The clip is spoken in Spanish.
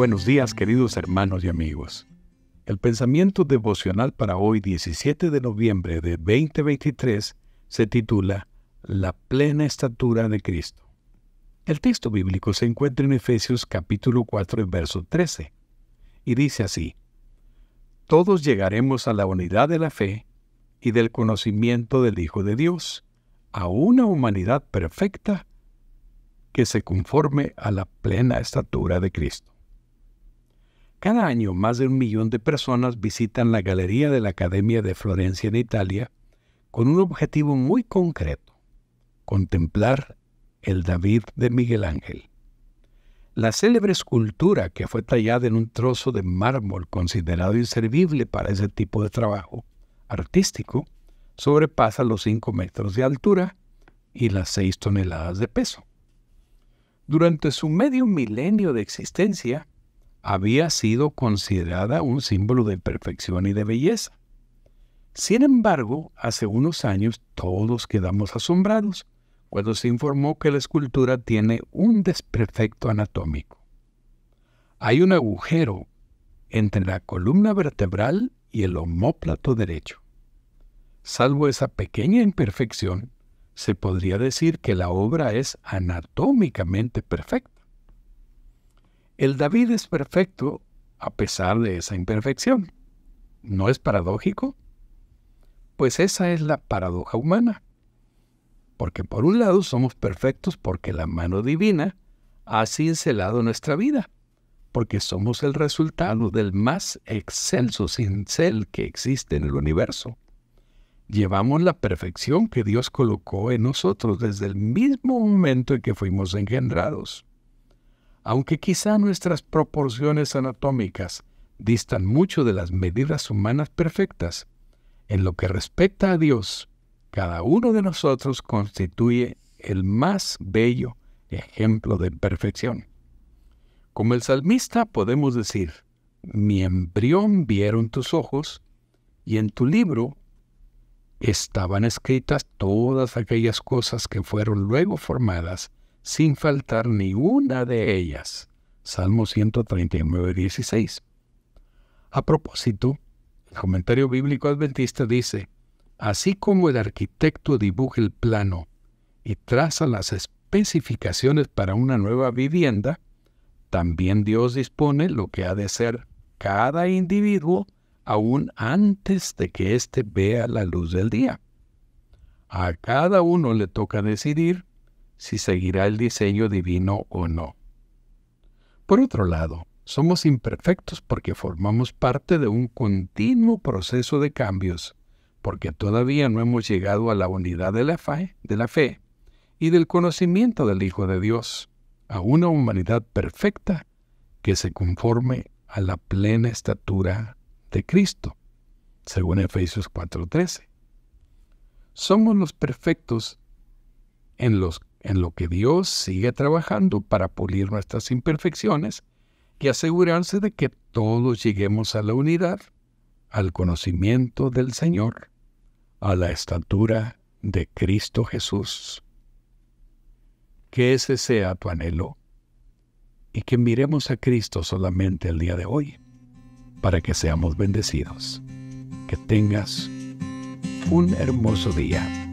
Buenos días, queridos hermanos y amigos. El pensamiento devocional para hoy, 17 de noviembre de 2023, se titula La plena estatura de Cristo. El texto bíblico se encuentra en Efesios capítulo 4, verso 13, y dice así: Todos llegaremos a la unidad de la fe y del conocimiento del Hijo de Dios, a una humanidad perfecta que se conforme a la plena estatura de Cristo. Cada año, más de 1 millón de personas visitan la galería de la Academia de Florencia en Italia con un objetivo muy concreto: contemplar el David de Miguel Ángel. La célebre escultura, que fue tallada en un trozo de mármol considerado inservible para ese tipo de trabajo artístico, sobrepasa los 5 metros de altura y las 6 toneladas de peso. Durante su medio milenio de existencia, había sido considerada un símbolo de perfección y de belleza. Sin embargo, hace unos años todos quedamos asombrados cuando se informó que la escultura tiene un desperfecto anatómico. Hay un agujero entre la columna vertebral y el omóplato derecho. Salvo esa pequeña imperfección, se podría decir que la obra es anatómicamente perfecta. El David es perfecto a pesar de esa imperfección. ¿No es paradójico? Pues esa es la paradoja humana. Porque por un lado somos perfectos porque la mano divina ha cincelado nuestra vida, porque somos el resultado del más excelso cincel que existe en el universo. Llevamos la perfección que Dios colocó en nosotros desde el mismo momento en que fuimos engendrados. Aunque quizá nuestras proporciones anatómicas distan mucho de las medidas humanas perfectas, en lo que respecta a Dios, cada uno de nosotros constituye el más bello ejemplo de perfección. Como el salmista podemos decir: mi embrión vieron tus ojos, y en tu libro estaban escritas todas aquellas cosas que fueron luego formadas, sin faltar ni una de ellas. Salmo 139, 16. A propósito, el comentario bíblico adventista dice: así como el arquitecto dibuja el plano y traza las especificaciones para una nueva vivienda, también Dios dispone lo que ha de ser cada individuo aún antes de que éste vea la luz del día. A cada uno le toca decidir si seguirá el diseño divino o no. Por otro lado, somos imperfectos porque formamos parte de un continuo proceso de cambios, porque todavía no hemos llegado a la unidad de la fe y del conocimiento del Hijo de Dios, a una humanidad perfecta que se conforme a la plena estatura de Cristo, según Efesios 4:13. Somos los perfectos en lo que Dios sigue trabajando para pulir nuestras imperfecciones y asegurarse de que todos lleguemos a la unidad, al conocimiento del Señor, a la estatura de Cristo Jesús. Que ese sea tu anhelo y que miremos a Cristo solamente el día de hoy para que seamos bendecidos. Que tengas un hermoso día.